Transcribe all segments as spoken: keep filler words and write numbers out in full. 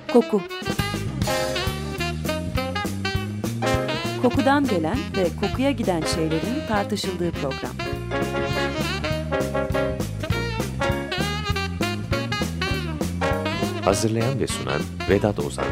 Koku. Kokudan gelen ve kokuya giden şeylerin tartışıldığı program. Hazırlayan ve sunan Vedat Ozan.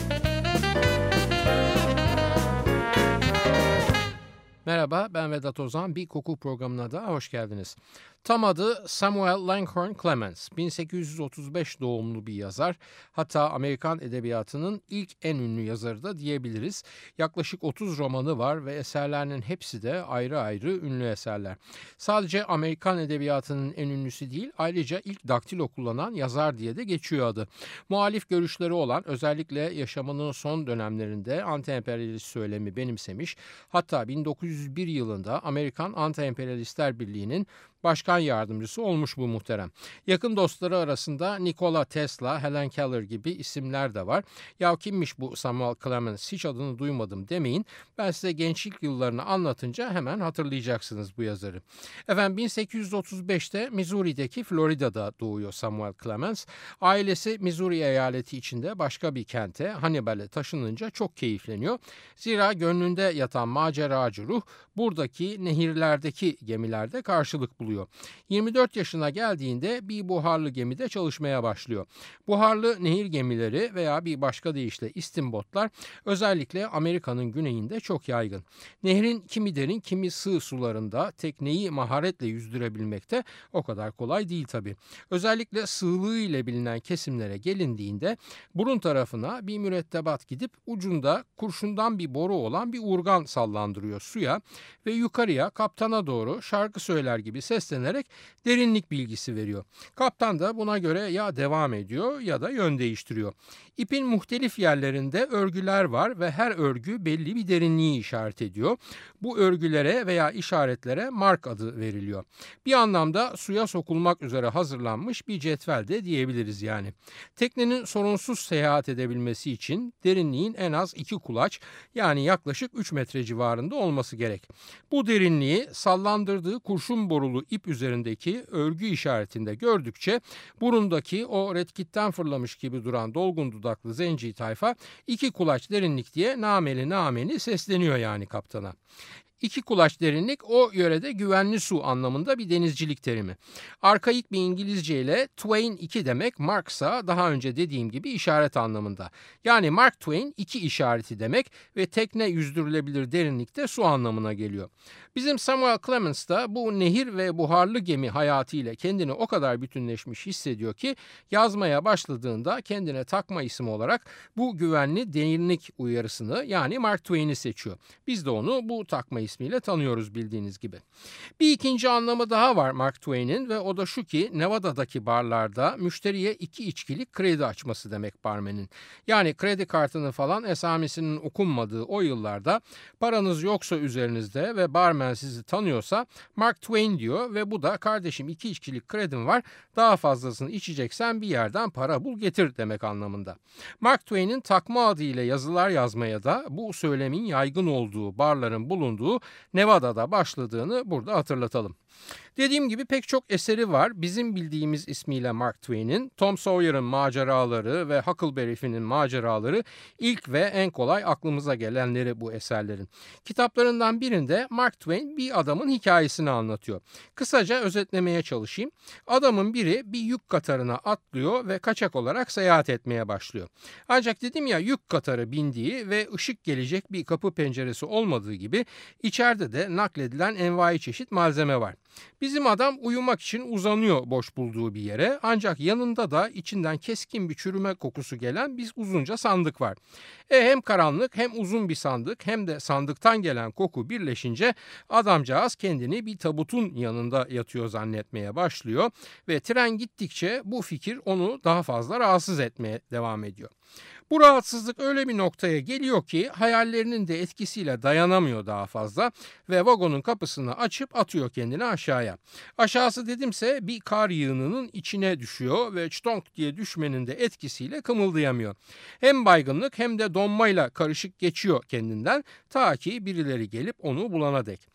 Merhaba, ben Vedat Ozan. Bir koku programına da hoş geldiniz. Tam adı Samuel Langhorne Clemens. bin sekiz yüz otuz beş doğumlu bir yazar. Hatta Amerikan edebiyatının ilk en ünlü yazarı da diyebiliriz. Yaklaşık otuz romanı var ve eserlerinin hepsi de ayrı ayrı ünlü eserler. Sadece Amerikan edebiyatının en ünlüsü değil, ayrıca ilk daktilo kullanan yazar diye de geçiyor adı. Muhalif görüşleri olan, özellikle yaşamının son dönemlerinde anti-emperyalist söylemi benimsemiş. Hatta bin dokuz yüz bir yılında Amerikan Anti-Emperyalistler Birliği'nin başkan yardımcısı olmuş bu muhterem. Yakın dostları arasında Nikola Tesla, Helen Keller gibi isimler de var. Ya kimmiş bu Samuel Clemens, hiç adını duymadım demeyin. Ben size gençlik yıllarını anlatınca hemen hatırlayacaksınız bu yazarı. Efendim bin sekiz yüz otuz beşte Missouri'deki Florida'da doğuyor Samuel Clemens. Ailesi Missouri eyaleti içinde başka bir kente, Hannibal'e taşınınca çok keyifleniyor. Zira gönlünde yatan maceracı ruh buradaki nehirlerdeki gemilerde karşılık buluyor. yirmi dört yaşına geldiğinde bir buharlı gemide çalışmaya başlıyor. Buharlı nehir gemileri veya bir başka deyişle istimbotlar özellikle Amerika'nın güneyinde çok yaygın. Nehrin kimi derin kimi sığ sularında tekneyi maharetle yüzdürebilmekte o kadar kolay değil tabii. Özellikle sığlığı ile bilinen kesimlere gelindiğinde burun tarafına bir mürettebat gidip ucunda kurşundan bir boru olan bir urgan sallandırıyor suya ve yukarıya kaptana doğru şarkı söyler gibi seslenerek derinlik bilgisi veriyor. Kaptan da buna göre ya devam ediyor ya da yön değiştiriyor. İpin muhtelif yerlerinde örgüler var ve her örgü belli bir derinliği işaret ediyor. Bu örgülere veya işaretlere mark adı veriliyor. Bir anlamda suya sokulmak üzere hazırlanmış bir cetvel de diyebiliriz yani. Teknenin sorunsuz seyahat edebilmesi için derinliğin en az iki kulaç, yani yaklaşık üç metre civarında olması gerek. Bu derinliği sallandırdığı kurşun borulu ip üzerindeki örgü işaretinde gördükçe burundaki o redkitten fırlamış gibi duran dolgun dudaklı zenci tayfa iki kulaç derinlik diye nameli nameni sesleniyor yani kaptana. İki kulaç derinlik o yörede güvenli su anlamında bir denizcilik terimi. Arkaik bir İngilizce ile Twain iki demek, Mark'sa daha önce dediğim gibi işaret anlamında. Yani Mark Twain iki işareti demek ve tekne yüzdürülebilir derinlikte su anlamına geliyor. Bizim Samuel Clemens da bu nehir ve buharlı gemi hayatıyla kendini o kadar bütünleşmiş hissediyor ki yazmaya başladığında kendine takma isim olarak bu güvenli derinlik uyarısını yani Mark Twain'i seçiyor. Biz de onu bu takma ismiyle tanıyoruz bildiğiniz gibi. Bir ikinci anlamı daha var Mark Twain'in ve o da şu ki Nevada'daki barlarda müşteriye iki içkilik kredi açması demek barmenin. Yani kredi kartını falan esamisinin okunmadığı o yıllarda paranız yoksa üzerinizde ve barmen sizi tanıyorsa Mark Twain diyor ve bu da kardeşim iki içkilik kredim var, daha fazlasını içeceksen bir yerden para bul getir demek anlamında. Mark Twain'in takma adıyla yazılar yazmaya da bu söylemin yaygın olduğu barların bulunduğu Nevada'da başladığını burada hatırlatalım. Dediğim gibi pek çok eseri var. Bizim bildiğimiz ismiyle Mark Twain'in, Tom Sawyer'ın maceraları ve Huckleberry Finn'in maceraları ilk ve en kolay aklımıza gelenleri bu eserlerin. Kitaplarından birinde Mark Twain bir adamın hikayesini anlatıyor. Kısaca özetlemeye çalışayım. Adamın biri bir yük katarına atlıyor ve kaçak olarak seyahat etmeye başlıyor. Ancak dedim ya yük katarı bindiği ve ışık gelecek bir kapı penceresi olmadığı gibi içeride de nakledilen envai çeşit malzeme var. Bizim adam uyumak için uzanıyor boş bulduğu bir yere, ancak yanında da içinden keskin bir çürüme kokusu gelen bir uzunca sandık var. E hem karanlık hem uzun bir sandık hem de sandıktan gelen koku birleşince adamcağız kendini bir tabutun yanında yatıyor zannetmeye başlıyor ve tren gittikçe bu fikir onu daha fazla rahatsız etmeye devam ediyor. Bu rahatsızlık öyle bir noktaya geliyor ki hayallerinin de etkisiyle dayanamıyor daha fazla ve vagonun kapısını açıp atıyor kendini aşağıya. Aşağısı dedimse bir kar yığınının içine düşüyor ve çtonk diye düşmenin de etkisiyle kımıldayamıyor. Hem baygınlık hem de donmayla karışık geçiyor kendinden ta ki birileri gelip onu bulana dek.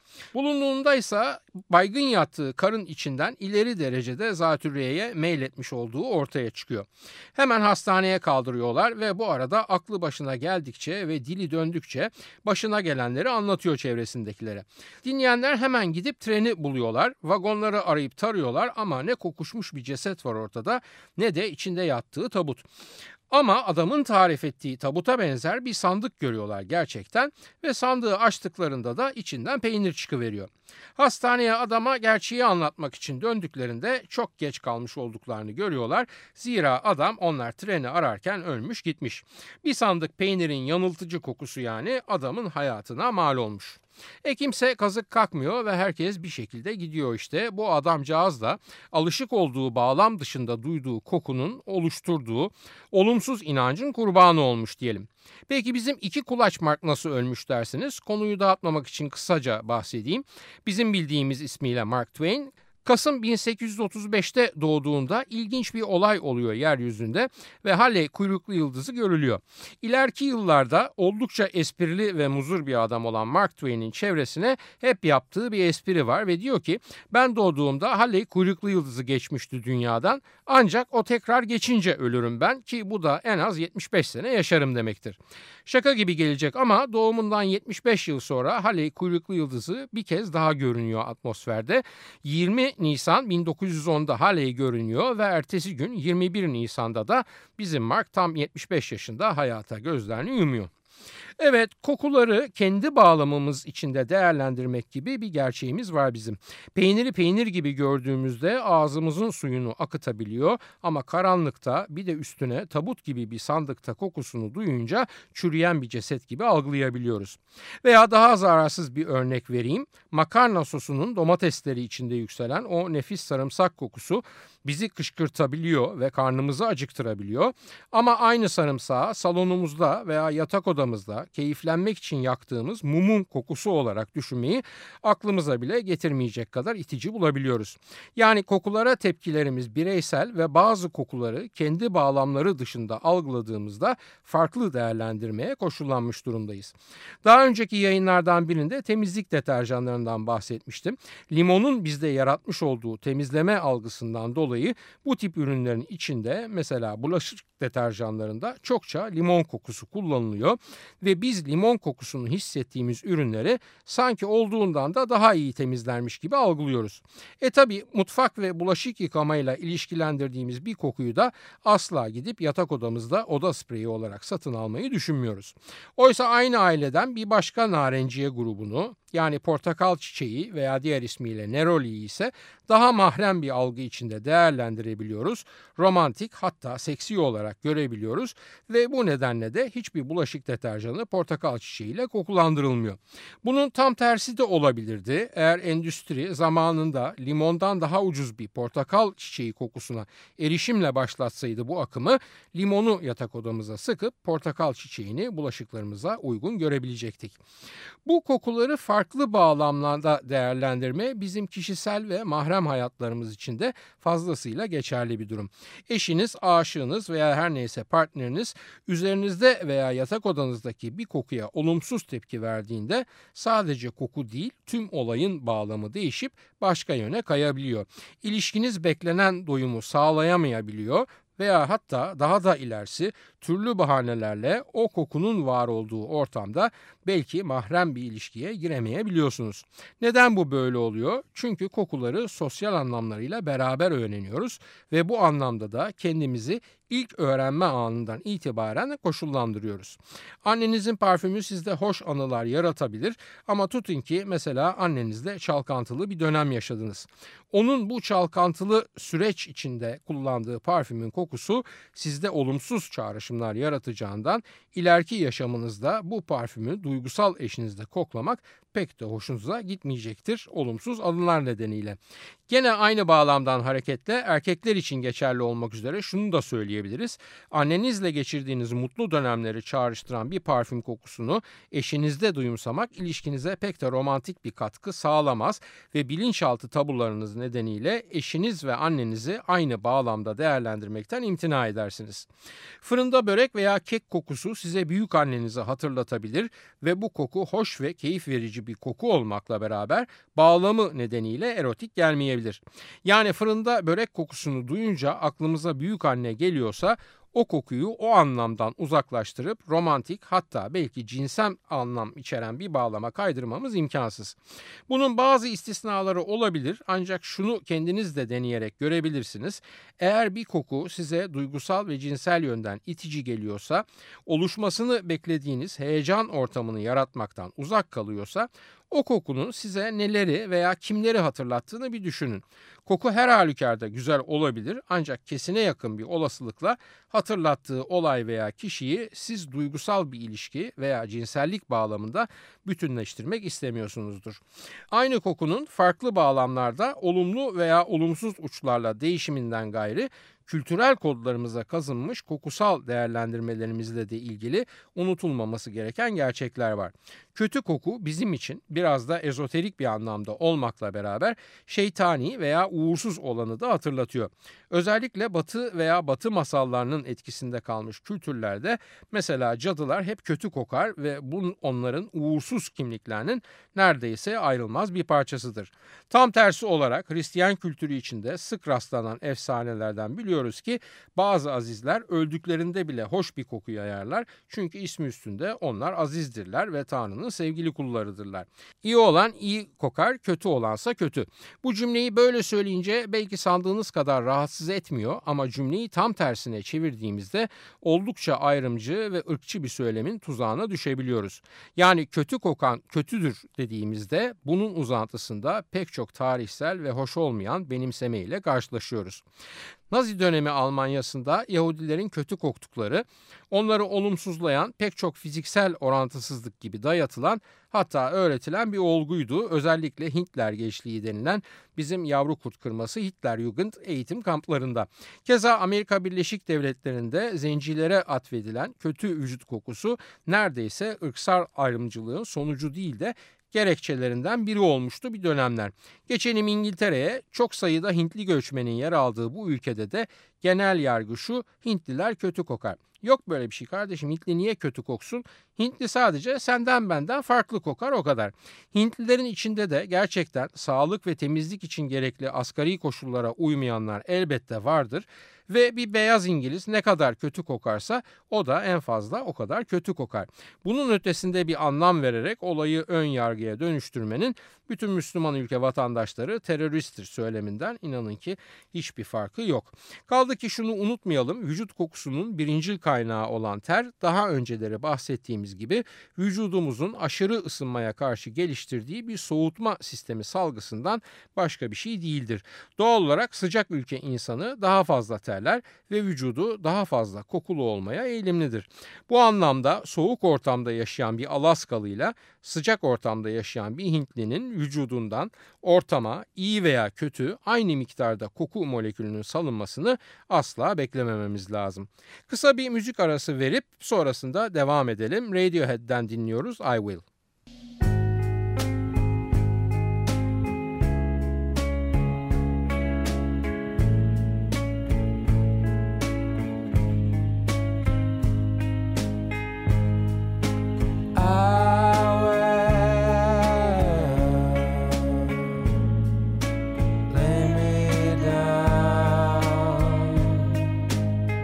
Bulunduğunda ise baygın yattığı karın içinden ileri derecede zatürreye meyletmiş olduğu ortaya çıkıyor. Hemen hastaneye kaldırıyorlar ve bu arada aklı başına geldikçe ve dili döndükçe başına gelenleri anlatıyor çevresindekilere. Dinleyenler hemen gidip treni buluyorlar, vagonları arayıp tarıyorlar ama ne kokuşmuş bir ceset var ortada ne de içinde yattığı tabut. Ama adamın tarif ettiği tabuta benzer bir sandık görüyorlar gerçekten ve sandığı açtıklarında da içinden peynir çıkıveriyor. Hastaneye adama gerçeği anlatmak için döndüklerinde çok geç kalmış olduklarını görüyorlar. Zira adam onlar treni ararken ölmüş gitmiş. Bir sandık peynirin yanıltıcı kokusu yani adamın hayatına mal olmuş. E kimse kazık kalkmıyor ve herkes bir şekilde gidiyor işte. Bu adamcağız da alışık olduğu bağlam dışında duyduğu kokunun oluşturduğu olumsuz inancın kurbanı olmuş diyelim. Peki bizim iki kulaç Mark nasıl ölmüş dersiniz? Konuyu dağıtmamak için kısaca bahsedeyim. Bizim bildiğimiz ismiyle Mark Twain, Kasım bin sekiz yüz otuz beşte doğduğunda ilginç bir olay oluyor yeryüzünde ve Halley kuyruklu yıldızı görülüyor. İleriki yıllarda oldukça esprili ve muzur bir adam olan Mark Twain'in çevresine hep yaptığı bir espri var ve diyor ki ben doğduğumda Halley kuyruklu yıldızı geçmişti dünyadan ancak o tekrar geçince ölürüm ben ki bu da en az yetmiş beş sene yaşarım demektir. Şaka gibi gelecek ama doğumundan yetmiş beş yıl sonra Halley kuyruklu yıldızı bir kez daha görünüyor atmosferde. yirmi Nisan bin dokuz yüz onda Halley görünüyor ve ertesi gün yirmi bir Nisan'da da bizim Mark tam yetmiş beş yaşında hayata gözlerini yumuyor. Evet, kokuları kendi bağlamımız içinde değerlendirmek gibi bir gerçeğimiz var bizim. Peyniri peynir gibi gördüğümüzde ağzımızın suyunu akıtabiliyor ama karanlıkta bir de üstüne tabut gibi bir sandıkta kokusunu duyunca çürüyen bir ceset gibi algılayabiliyoruz. Veya daha zararsız bir örnek vereyim. Makarna sosunun domatesleri içinde yükselen o nefis sarımsak kokusu bizi kışkırtabiliyor ve karnımızı acıktırabiliyor. Ama aynı sarımsağı salonumuzda veya yatak odamızda keyiflenmek için yaktığımız mumun kokusu olarak düşünmeyi aklımıza bile getirmeyecek kadar itici bulabiliyoruz. Yani kokulara tepkilerimiz bireysel ve bazı kokuları kendi bağlamları dışında algıladığımızda farklı değerlendirmeye koşullanmış durumdayız. Daha önceki yayınlardan birinde temizlik deterjanlarından bahsetmiştim. Limonun bizde yaratmış olduğu temizleme algısından dolayı bu tip ürünlerin içinde mesela bulaşık deterjanlarında çokça limon kokusu kullanılıyor ve biz limon kokusunu hissettiğimiz ürünleri sanki olduğundan da daha iyi temizlenmiş gibi algılıyoruz. E tabi mutfak ve bulaşık yıkamayla ilişkilendirdiğimiz bir kokuyu da asla gidip yatak odamızda oda spreyi olarak satın almayı düşünmüyoruz. Oysa aynı aileden bir başka narenciye grubunu yani portakal çiçeği veya diğer ismiyle neroliyi ise daha mahrem bir algı içinde değerlendirebiliyoruz. Romantik hatta seksi olarak görebiliyoruz ve bu nedenle de hiçbir bulaşık deterjanı portakal çiçeğiyle kokulandırılmıyor. Bunun tam tersi de olabilirdi. Eğer endüstri zamanında limondan daha ucuz bir portakal çiçeği kokusuna erişimle başlatsaydı bu akımı, limonu yatak odamıza sıkıp portakal çiçeğini bulaşıklarımıza uygun görebilecektik. Bu kokuları farklı bağlamlarda değerlendirme bizim kişisel ve mahrem hayatlarımız için de fazlasıyla geçerli bir durum. Eşiniz, aşığınız veya her neyse partneriniz üzerinizde veya yatak odanızdaki bir kokuya olumsuz tepki verdiğinde sadece koku değil tüm olayın bağlamı değişip başka yöne kayabiliyor. İlişkiniz beklenen doyumu sağlayamayabiliyor veya hatta daha da ilerisi türlü bahanelerle o kokunun var olduğu ortamda belki mahrem bir ilişkiye giremeyebiliyorsunuz. Neden bu böyle oluyor? Çünkü kokuları sosyal anlamlarıyla beraber öğreniyoruz ve bu anlamda da kendimizi ilk öğrenme anından itibaren koşullandırıyoruz. Annenizin parfümü sizde hoş anılar yaratabilir ama tutun ki mesela annenizle çalkantılı bir dönem yaşadınız. Onun bu çalkantılı süreç içinde kullandığı parfümün kokusu sizde olumsuz çağrışımlar yaratacağından ileriki yaşamınızda bu parfümü duygusal eşinizle koklamak pek de hoşunuza gitmeyecektir olumsuz anılar nedeniyle. Gene aynı bağlamdan hareketle erkekler için geçerli olmak üzere şunu da söyleyebiliriz. Annenizle geçirdiğiniz mutlu dönemleri çağrıştıran bir parfüm kokusunu eşinizde duyumsamak ilişkinize pek de romantik bir katkı sağlamaz ve bilinçaltı tabularınız nedeniyle eşiniz ve annenizi aynı bağlamda değerlendirmekten imtina edersiniz. Fırında börek veya kek kokusu size büyük annenizi hatırlatabilir ve bu koku hoş ve keyif verici edici bir koku olmakla beraber bağlamı nedeniyle erotik gelmeyebilir. Yani fırında börek kokusunu duyunca aklımıza büyük anne geliyorsa o kokuyu o anlamdan uzaklaştırıp romantik, hatta belki cinsel anlam içeren bir bağlama kaydırmamız imkansız. Bunun bazı istisnaları olabilir, ancak şunu kendiniz de deneyerek görebilirsiniz. Eğer bir koku size duygusal ve cinsel yönden itici geliyorsa, oluşmasını beklediğiniz heyecan ortamını yaratmaktan uzak kalıyorsa, o kokunun size neleri veya kimleri hatırlattığını bir düşünün. Koku her halükarda güzel olabilir, ancak kesine yakın bir olasılıkla hatırlattığı olay veya kişiyi siz duygusal bir ilişki veya cinsellik bağlamında bütünleştirmek istemiyorsunuzdur. Aynı kokunun farklı bağlamlarda olumlu veya olumsuz uçlarla değişiminden gayri kültürel kodlarımıza kazınmış kokusal değerlendirmelerimizle de ilgili unutulmaması gereken gerçekler var. Kötü koku bizim için biraz da ezoterik bir anlamda olmakla beraber şeytani veya uğursuz olanı da hatırlatıyor. Özellikle Batı veya Batı masallarının etkisinde kalmış kültürlerde mesela cadılar hep kötü kokar ve bu onların uğursuz kimliklerinin neredeyse ayrılmaz bir parçasıdır. Tam tersi olarak Hristiyan kültürü içinde sık rastlanan efsanelerden biliyoruz ki bazı azizler öldüklerinde bile hoş bir koku yayarlar. Çünkü ismi üstünde onlar azizdirler ve Tanrı'nın sevgili kullarıdırlar. İyi olan iyi kokar, kötü olansa kötü. Bu cümleyi böyle söyleyince belki sandığınız kadar rahatsız etmiyor ama cümleyi tam tersine çevirdiğimizde oldukça ayrımcı ve ırkçı bir söylemin tuzağına düşebiliyoruz. Yani kötü kokan kötüdür dediğimizde bunun uzantısında pek çok tarihsel ve hoş olmayan benimsemeyle karşılaşıyoruz. Nazi dönemi Almanya'sında Yahudilerin kötü koktukları, onları olumsuzlayan pek çok fiziksel orantısızlık gibi dayatılan, hatta öğretilen bir olguydu. Özellikle Hitler gençliği denilen bizim yavru kurt kırması Hitlerjugend eğitim kamplarında. Keza Amerika Birleşik Devletleri'nde zencilere atfedilen kötü vücut kokusu neredeyse ırksal ayrımcılığın sonucu değil de gerekçelerinden biri olmuştu bir dönemler. Geçelim İngiltere'ye. Çok sayıda Hintli göçmenin yer aldığı bu ülkede de genel yargı şu: Hintliler kötü kokar. Yok böyle bir şey kardeşim, Hintli niye kötü koksun? Hintli sadece senden benden farklı kokar, o kadar. Hintlilerin içinde de gerçekten sağlık ve temizlik için gerekli asgari koşullara uymayanlar elbette vardır. Ve bir beyaz İngiliz ne kadar kötü kokarsa o da en fazla o kadar kötü kokar. Bunun ötesinde bir anlam vererek olayı ön yargıya dönüştürmenin bütün Müslüman ülke vatandaşları teröristtir söyleminden inanın ki hiçbir farkı yok. Kaldı ki şunu unutmayalım, vücut kokusunun birincil kaynağı olan ter daha önceleri bahsettiğimiz gibi vücudumuzun aşırı ısınmaya karşı geliştirdiği bir soğutma sistemi salgısından başka bir şey değildir. Doğal olarak sıcak ülke insanı daha fazla ter ve vücudu daha fazla kokulu olmaya eğilimlidir. Bu anlamda soğuk ortamda yaşayan bir Alaskalıyla sıcak ortamda yaşayan bir Hintlinin vücudundan ortama iyi veya kötü aynı miktarda koku molekülünün salınmasını asla beklemememiz lazım. Kısa bir müzik arası verip sonrasında devam edelim. Radiohead'den dinliyoruz I Will.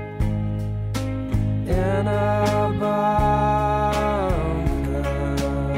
In a bunker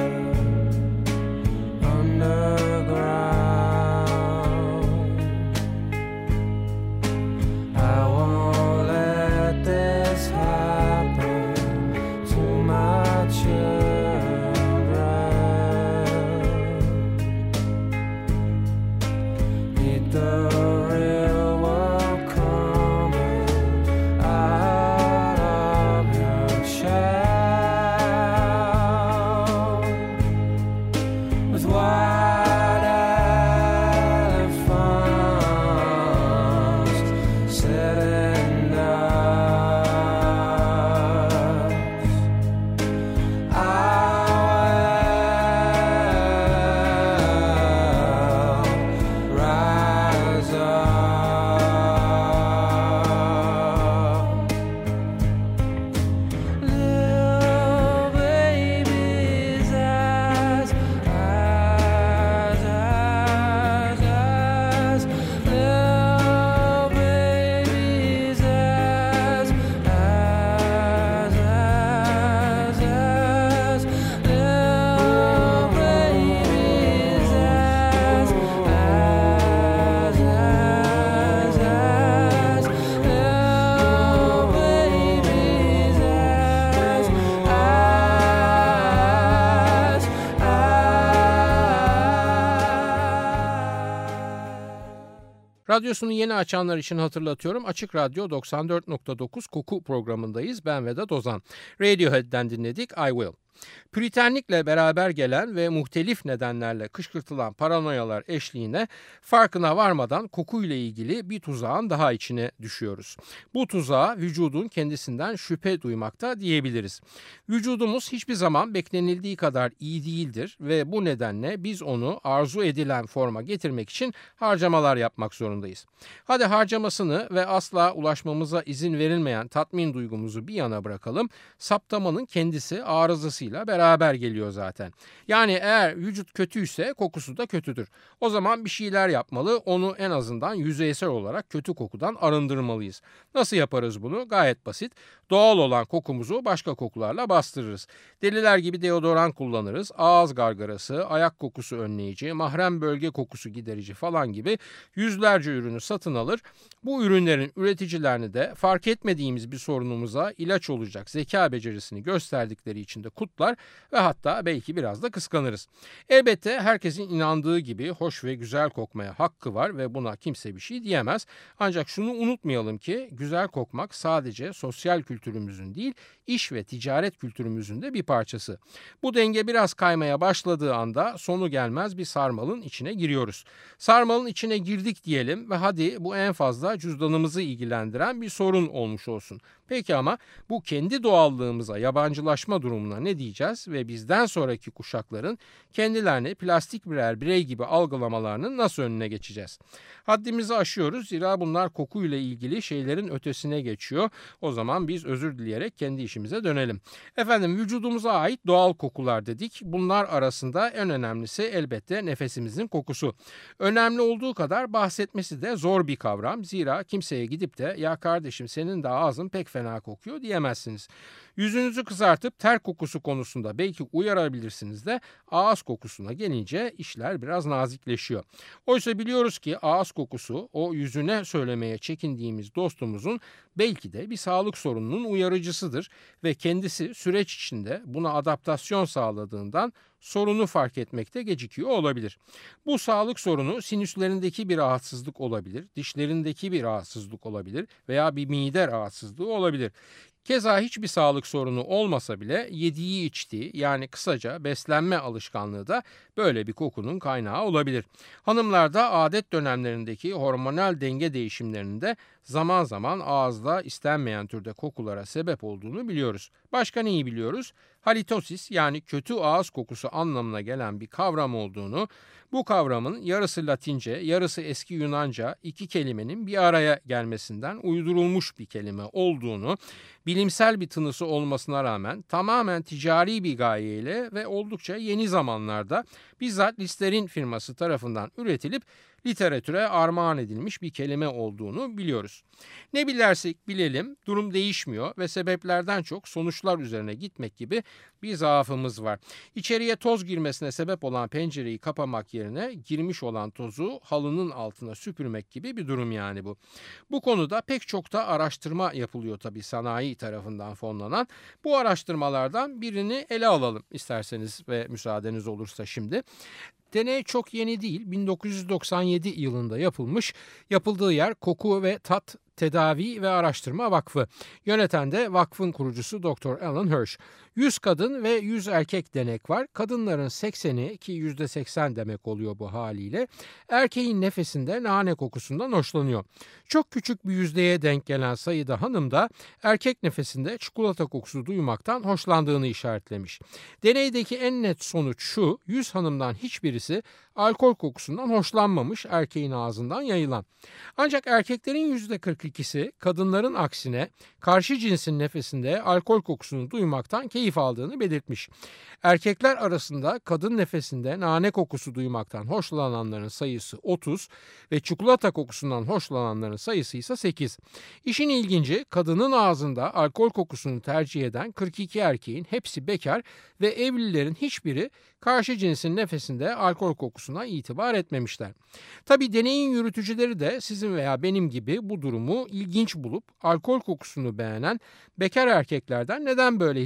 Radyosunu yeni açanlar için hatırlatıyorum. Açık Radyo doksan dört nokta dokuz Koku programındayız. Ben Vedat Ozan. Radiohead'den dinledik I Will. Püritenlikle beraber gelen ve muhtelif nedenlerle kışkırtılan paranoyalar eşliğine farkına varmadan kokuyla ilgili bir tuzağın daha içine düşüyoruz. Bu tuzağa vücudun kendisinden şüphe duymakta diyebiliriz. Vücudumuz hiçbir zaman beklenildiği kadar iyi değildir ve bu nedenle biz onu arzu edilen forma getirmek için harcamalar yapmak zorundayız. Hadi harcamasını ve asla ulaşmamıza izin verilmeyen tatmin duygumuzu bir yana bırakalım. Saptamanın kendisi arızasıyla beraber geliyor zaten. Yani eğer vücut kötüyse kokusu da kötüdür. O zaman bir şeyler yapmalı, onu en azından yüzeysel olarak kötü kokudan arındırmalıyız. Nasıl yaparız bunu? Gayet basit. Doğal olan kokumuzu başka kokularla bastırırız. Deliler gibi deodoran kullanırız. Ağız gargarası, ayak kokusu önleyici, mahrem bölge kokusu giderici falan gibi yüzlerce ürünü satın alır. Bu ürünlerin üreticilerini de fark etmediğimiz bir sorunumuza ilaç olacak zeka becerisini gösterdikleri için de kutlar ve hatta belki biraz da kıskanırız. Elbette herkesin inandığı gibi hoş ve güzel kokmaya hakkı var ve buna kimse bir şey diyemez. Ancak şunu unutmayalım ki güzel kokmak sadece sosyal kültürümüzün değil, iş ve ticaret kültürümüzün de bir parçası. Bu denge biraz kaymaya başladığı anda sonu gelmez bir sarmalın içine giriyoruz. Sarmalın içine girdik diyelim ve hadi bu en fazla cüzdanımızı ilgilendiren bir sorun olmuş olsun. Peki ama bu kendi doğallığımıza yabancılaşma durumuna ne diyeceğiz ve bizden sonraki kuşakların kendilerini plastik birer birey gibi algılamalarının nasıl önüne geçeceğiz? Haddimizi aşıyoruz, zira bunlar kokuyla ilgili şeylerin ötesine geçiyor. O zaman biz özür dileyerek kendi işimize dönelim. Efendim, vücudumuza ait doğal kokular dedik. Bunlar arasında en önemlisi elbette nefesimizin kokusu. Önemli olduğu kadar bahsetmesi de zor bir kavram. Zira kimseye gidip de ya kardeşim senin de ağzın pek fena kokuyor diyemezsiniz. Yüzünüzü kızartıp ter kokusu konusunda belki uyarabilirsiniz de ağız kokusuna gelince işler biraz nazikleşiyor. Oysa biliyoruz ki ağız kokusu o yüzüne söylemeye çekindiğimiz dostumuzun belki de bir sağlık sorununun uyarıcısıdır ve kendisi süreç içinde buna adaptasyon sağladığından sorunu fark etmekte gecikiyor olabilir. Bu sağlık sorunu sinüslerindeki bir rahatsızlık olabilir, dişlerindeki bir rahatsızlık olabilir veya bir mide rahatsızlığı olabilir. Keza hiçbir sağlık sorunu olmasa bile yediği içtiği yani kısaca beslenme alışkanlığı da böyle bir kokunun kaynağı olabilir. Hanımlarda adet dönemlerindeki hormonal denge değişimlerinde zaman zaman ağızda istenmeyen türde kokulara sebep olduğunu biliyoruz. Başka neyi biliyoruz? Halitosis yani kötü ağız kokusu anlamına gelen bir kavram olduğunu, bu kavramın yarısı Latince, yarısı eski Yunanca iki kelimenin bir araya gelmesinden uydurulmuş bir kelime olduğunu, bilimsel bir tınısı olmasına rağmen tamamen ticari bir gayeyle ve oldukça yeni zamanlarda bizzat Listerine firması tarafından üretilip literatüre armağan edilmiş bir kelime olduğunu biliyoruz. Ne bilersek bilelim durum değişmiyor ve sebeplerden çok sonuçlar üzerine gitmek gibi bir zaafımız var. İçeriye toz girmesine sebep olan pencereyi kapamak yerine girmiş olan tozu halının altına süpürmek gibi bir durum yani bu. Bu konuda pek çok da araştırma yapılıyor tabii sanayi tarafından fonlanan. Bu araştırmalardan birini ele alalım isterseniz ve müsaadeniz olursa şimdi. Deney çok yeni değil, bin dokuz yüz doksan yedi yılında yapılmış, yapıldığı yer Koku ve Tat Tedavi ve Araştırma Vakfı. Yöneten de vakfın kurucusu doktor Alan Hirsch. yüz kadın ve yüz erkek denek var. Kadınların sekseni ki yüzde seksen demek oluyor bu haliyle, erkeğin nefesinde nane kokusundan hoşlanıyor. Çok küçük bir yüzdeye denk gelen sayıda hanım da erkek nefesinde çikolata kokusu duymaktan hoşlandığını işaretlemiş. Deneydeki en net sonuç şu: yüz hanımdan hiçbirisi alkol kokusundan hoşlanmamış erkeğin ağzından yayılan. Ancak erkeklerin yüzde kırk ikisi kadınların aksine karşı cinsin nefesinde alkol kokusunu duymaktan keyif aldığını belirtmiş. Erkekler arasında kadın nefesinde nane kokusu duymaktan hoşlananların sayısı otuz ve çikolata kokusundan hoşlananların sayısı ise sekiz. İşin ilginci, kadının ağzında alkol kokusunu tercih eden kırk iki erkeğin hepsi bekar ve evlilerin hiçbiri karşı cinsin nefesinde alkol kokusuna itibar etmemişler. Tabii deneyin yürütücüleri de sizin veya benim gibi bu durumu ilginç bulup alkol kokusunu beğenen bekar erkeklerden neden böyle hissettiklerini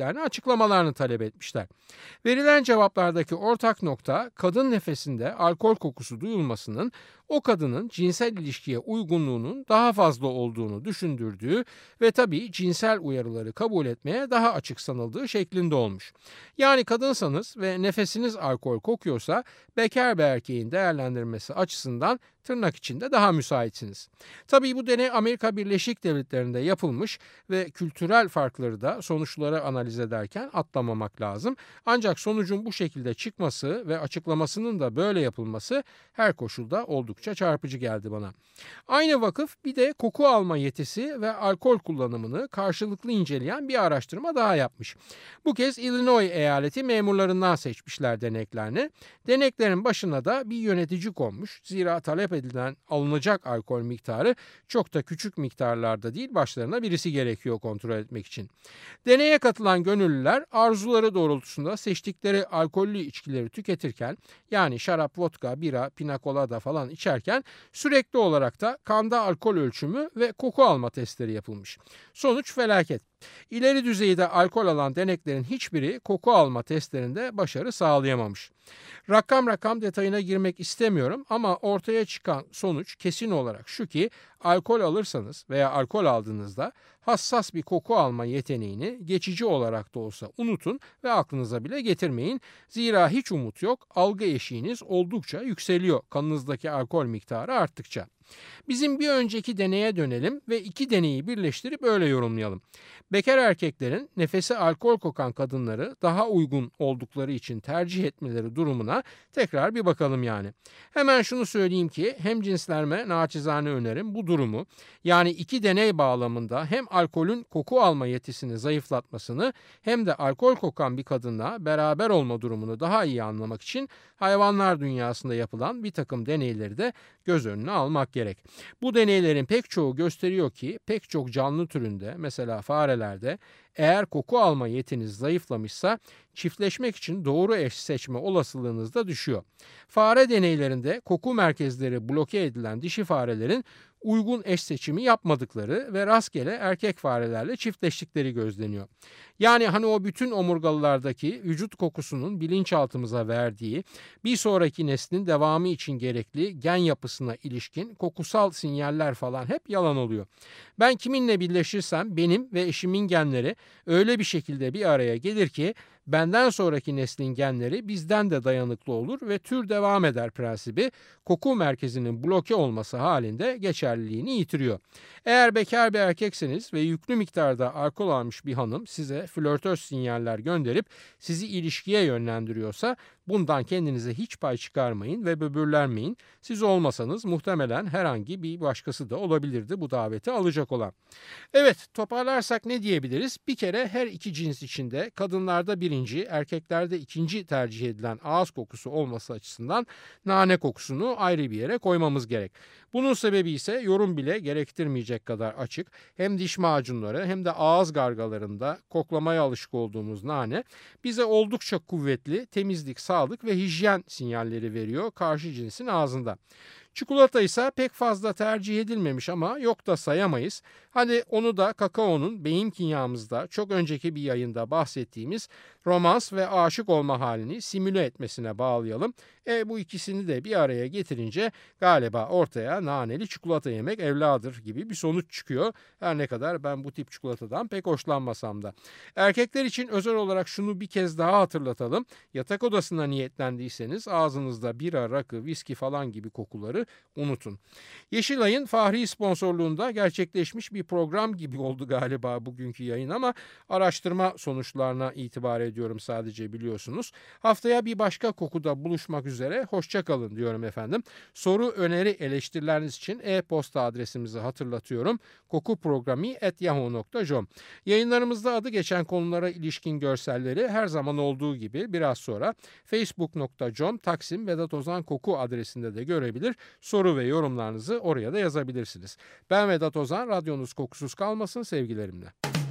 içtiklerini açıklamalarını talep etmişler. Verilen cevaplardaki ortak nokta kadın nefesinde alkol kokusu duyulmasının o kadının cinsel ilişkiye uygunluğunun daha fazla olduğunu düşündürdüğü ve tabii cinsel uyarıları kabul etmeye daha açık sanıldığı şeklinde olmuş. Yani kadınsanız ve nefesiniz alkol kokuyorsa bekar bir erkeğin değerlendirmesi açısından tırnak içinde daha müsaitsiniz. Tabii bu deney Amerika Birleşik Devletleri'nde yapılmış ve kültürel farkları da sonuçları analiz ederken atlamamak lazım. Ancak sonucun bu şekilde çıkması ve açıklamasının da böyle yapılması her koşulda oldukça çarpıcı geldi bana. Aynı vakıf bir de koku alma yetisi ve alkol kullanımını karşılıklı inceleyen bir araştırma daha yapmış. Bu kez Illinois eyaleti memurlarından seçmişler deneklerini. Deneklerin başına da bir yönetici konmuş. Zira talep edilen alınacak alkol miktarı çok da küçük miktarlarda değil, başlarına birisi gerekiyor kontrol etmek için. Deneye katılan gönüllüler arzuları doğrultusunda seçtikleri alkollü içkileri tüketirken, yani şarap, vodka, bira, pina colada falan içerken sürekli olarak da kanda alkol ölçümü ve koku alma testleri yapılmış. Sonuç felaket. İleri düzeyde alkol alan deneklerin hiçbiri koku alma testlerinde başarı sağlayamamış. Rakam rakam detayına girmek istemiyorum ama ortaya çıkan sonuç kesin olarak şu ki alkol alırsanız veya alkol aldığınızda hassas bir koku alma yeteneğini geçici olarak da olsa unutun ve aklınıza bile getirmeyin. Zira hiç umut yok, algı eşiğiniz oldukça yükseliyor kanınızdaki alkol miktarı arttıkça. Bizim bir önceki deneye dönelim ve iki deneyi birleştirip öyle yorumlayalım. Bekar erkeklerin nefesi alkol kokan kadınları daha uygun oldukları için tercih etmeleri durumuna tekrar bir bakalım yani. Hemen şunu söyleyeyim ki hemcinslerime naçizane önerim bu durumu, yani iki deney bağlamında hem alkolün koku alma yetisini zayıflatmasını hem de alkol kokan bir kadınla beraber olma durumunu daha iyi anlamak için hayvanlar dünyasında yapılan bir takım deneyleri de göz önüne almak gerek. Bu deneylerin pek çoğu gösteriyor ki pek çok canlı türünde, mesela farelerde, eğer koku alma yetiniz zayıflamışsa çiftleşmek için doğru eş seçme olasılığınız da düşüyor. Fare deneylerinde koku merkezleri bloke edilen dişi farelerin uygun eş seçimi yapmadıkları ve rastgele erkek farelerle çiftleştikleri gözleniyor. Yani hani o bütün omurgalılardaki vücut kokusunun bilinçaltımıza verdiği bir sonraki neslin devamı için gerekli gen yapısına ilişkin kokusal sinyaller falan hep yalan oluyor. Ben kiminle birleşirsem benim ve eşimin genleri öyle bir şekilde bir araya gelir ki benden sonraki neslin genleri bizden de dayanıklı olur ve tür devam eder prensibi koku merkezinin bloke olması halinde geçerliliğini yitiriyor. Eğer bekar bir erkekseniz ve yüklü miktarda alkol almış bir hanım size flörtöz sinyaller gönderip sizi ilişkiye yönlendiriyorsa bundan kendinize hiç pay çıkarmayın ve böbürlenmeyin. Siz olmasanız muhtemelen herhangi bir başkası da olabilirdi bu daveti alacak olan. Evet, toparlarsak ne diyebiliriz? Bir kere her iki cins içinde kadınlarda birinci, erkeklerde ikinci tercih edilen ağız kokusu olması açısından nane kokusunu ayrı bir yere koymamız gerek. Bunun sebebi ise yorum bile gerektirmeyecek kadar açık. Hem diş macunları hem de ağız gargalarında koklamaya alışık olduğumuz nane bize oldukça kuvvetli temizlik, sağlık ve hijyen sinyalleri veriyor karşı cinsin ağzında. Çikolata ise pek fazla tercih edilmemiş ama yok da sayamayız. Hadi onu da kakaonun beyin kimyamızda çok önceki bir yayında bahsettiğimiz romans ve aşık olma halini simüle etmesine bağlayalım. E bu ikisini de bir araya getirince galiba ortaya naneli çikolata yemek evladır gibi bir sonuç çıkıyor. Her ne kadar ben bu tip çikolatadan pek hoşlanmasam da. Erkekler için özel olarak şunu bir kez daha hatırlatalım. Yatak odasına niyetlendiyseniz ağzınızda bira, rakı, viski falan gibi kokuları unutun. Yeşilay'ın Fahri sponsorluğunda gerçekleşmiş bir program gibi oldu galiba bugünkü yayın ama araştırma sonuçlarına itibar ediyorum sadece, biliyorsunuz. Haftaya bir başka kokuda buluşmak üzere. Hoşça kalın diyorum efendim. Soru, öneri, eleştirileriniz için e-posta adresimizi hatırlatıyorum. kokuprogrami at yahoo nokta com. Yayınlarımızda adı geçen konulara ilişkin görselleri her zaman olduğu gibi biraz sonra facebook nokta com Taksim Vedat Ozan Koku adresinde de görebilir. Soru ve yorumlarınızı oraya da yazabilirsiniz. Ben Vedat Ozan, radyonuz kokusuz kalmasın sevgilerimle.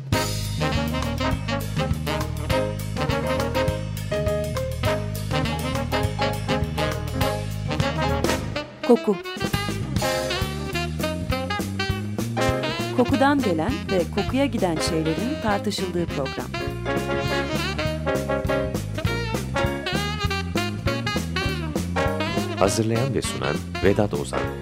Koku. Kokudan gelen ve kokuya giden şeylerin tartışıldığı program. Hazırlayan ve sunan Vedat Ozan.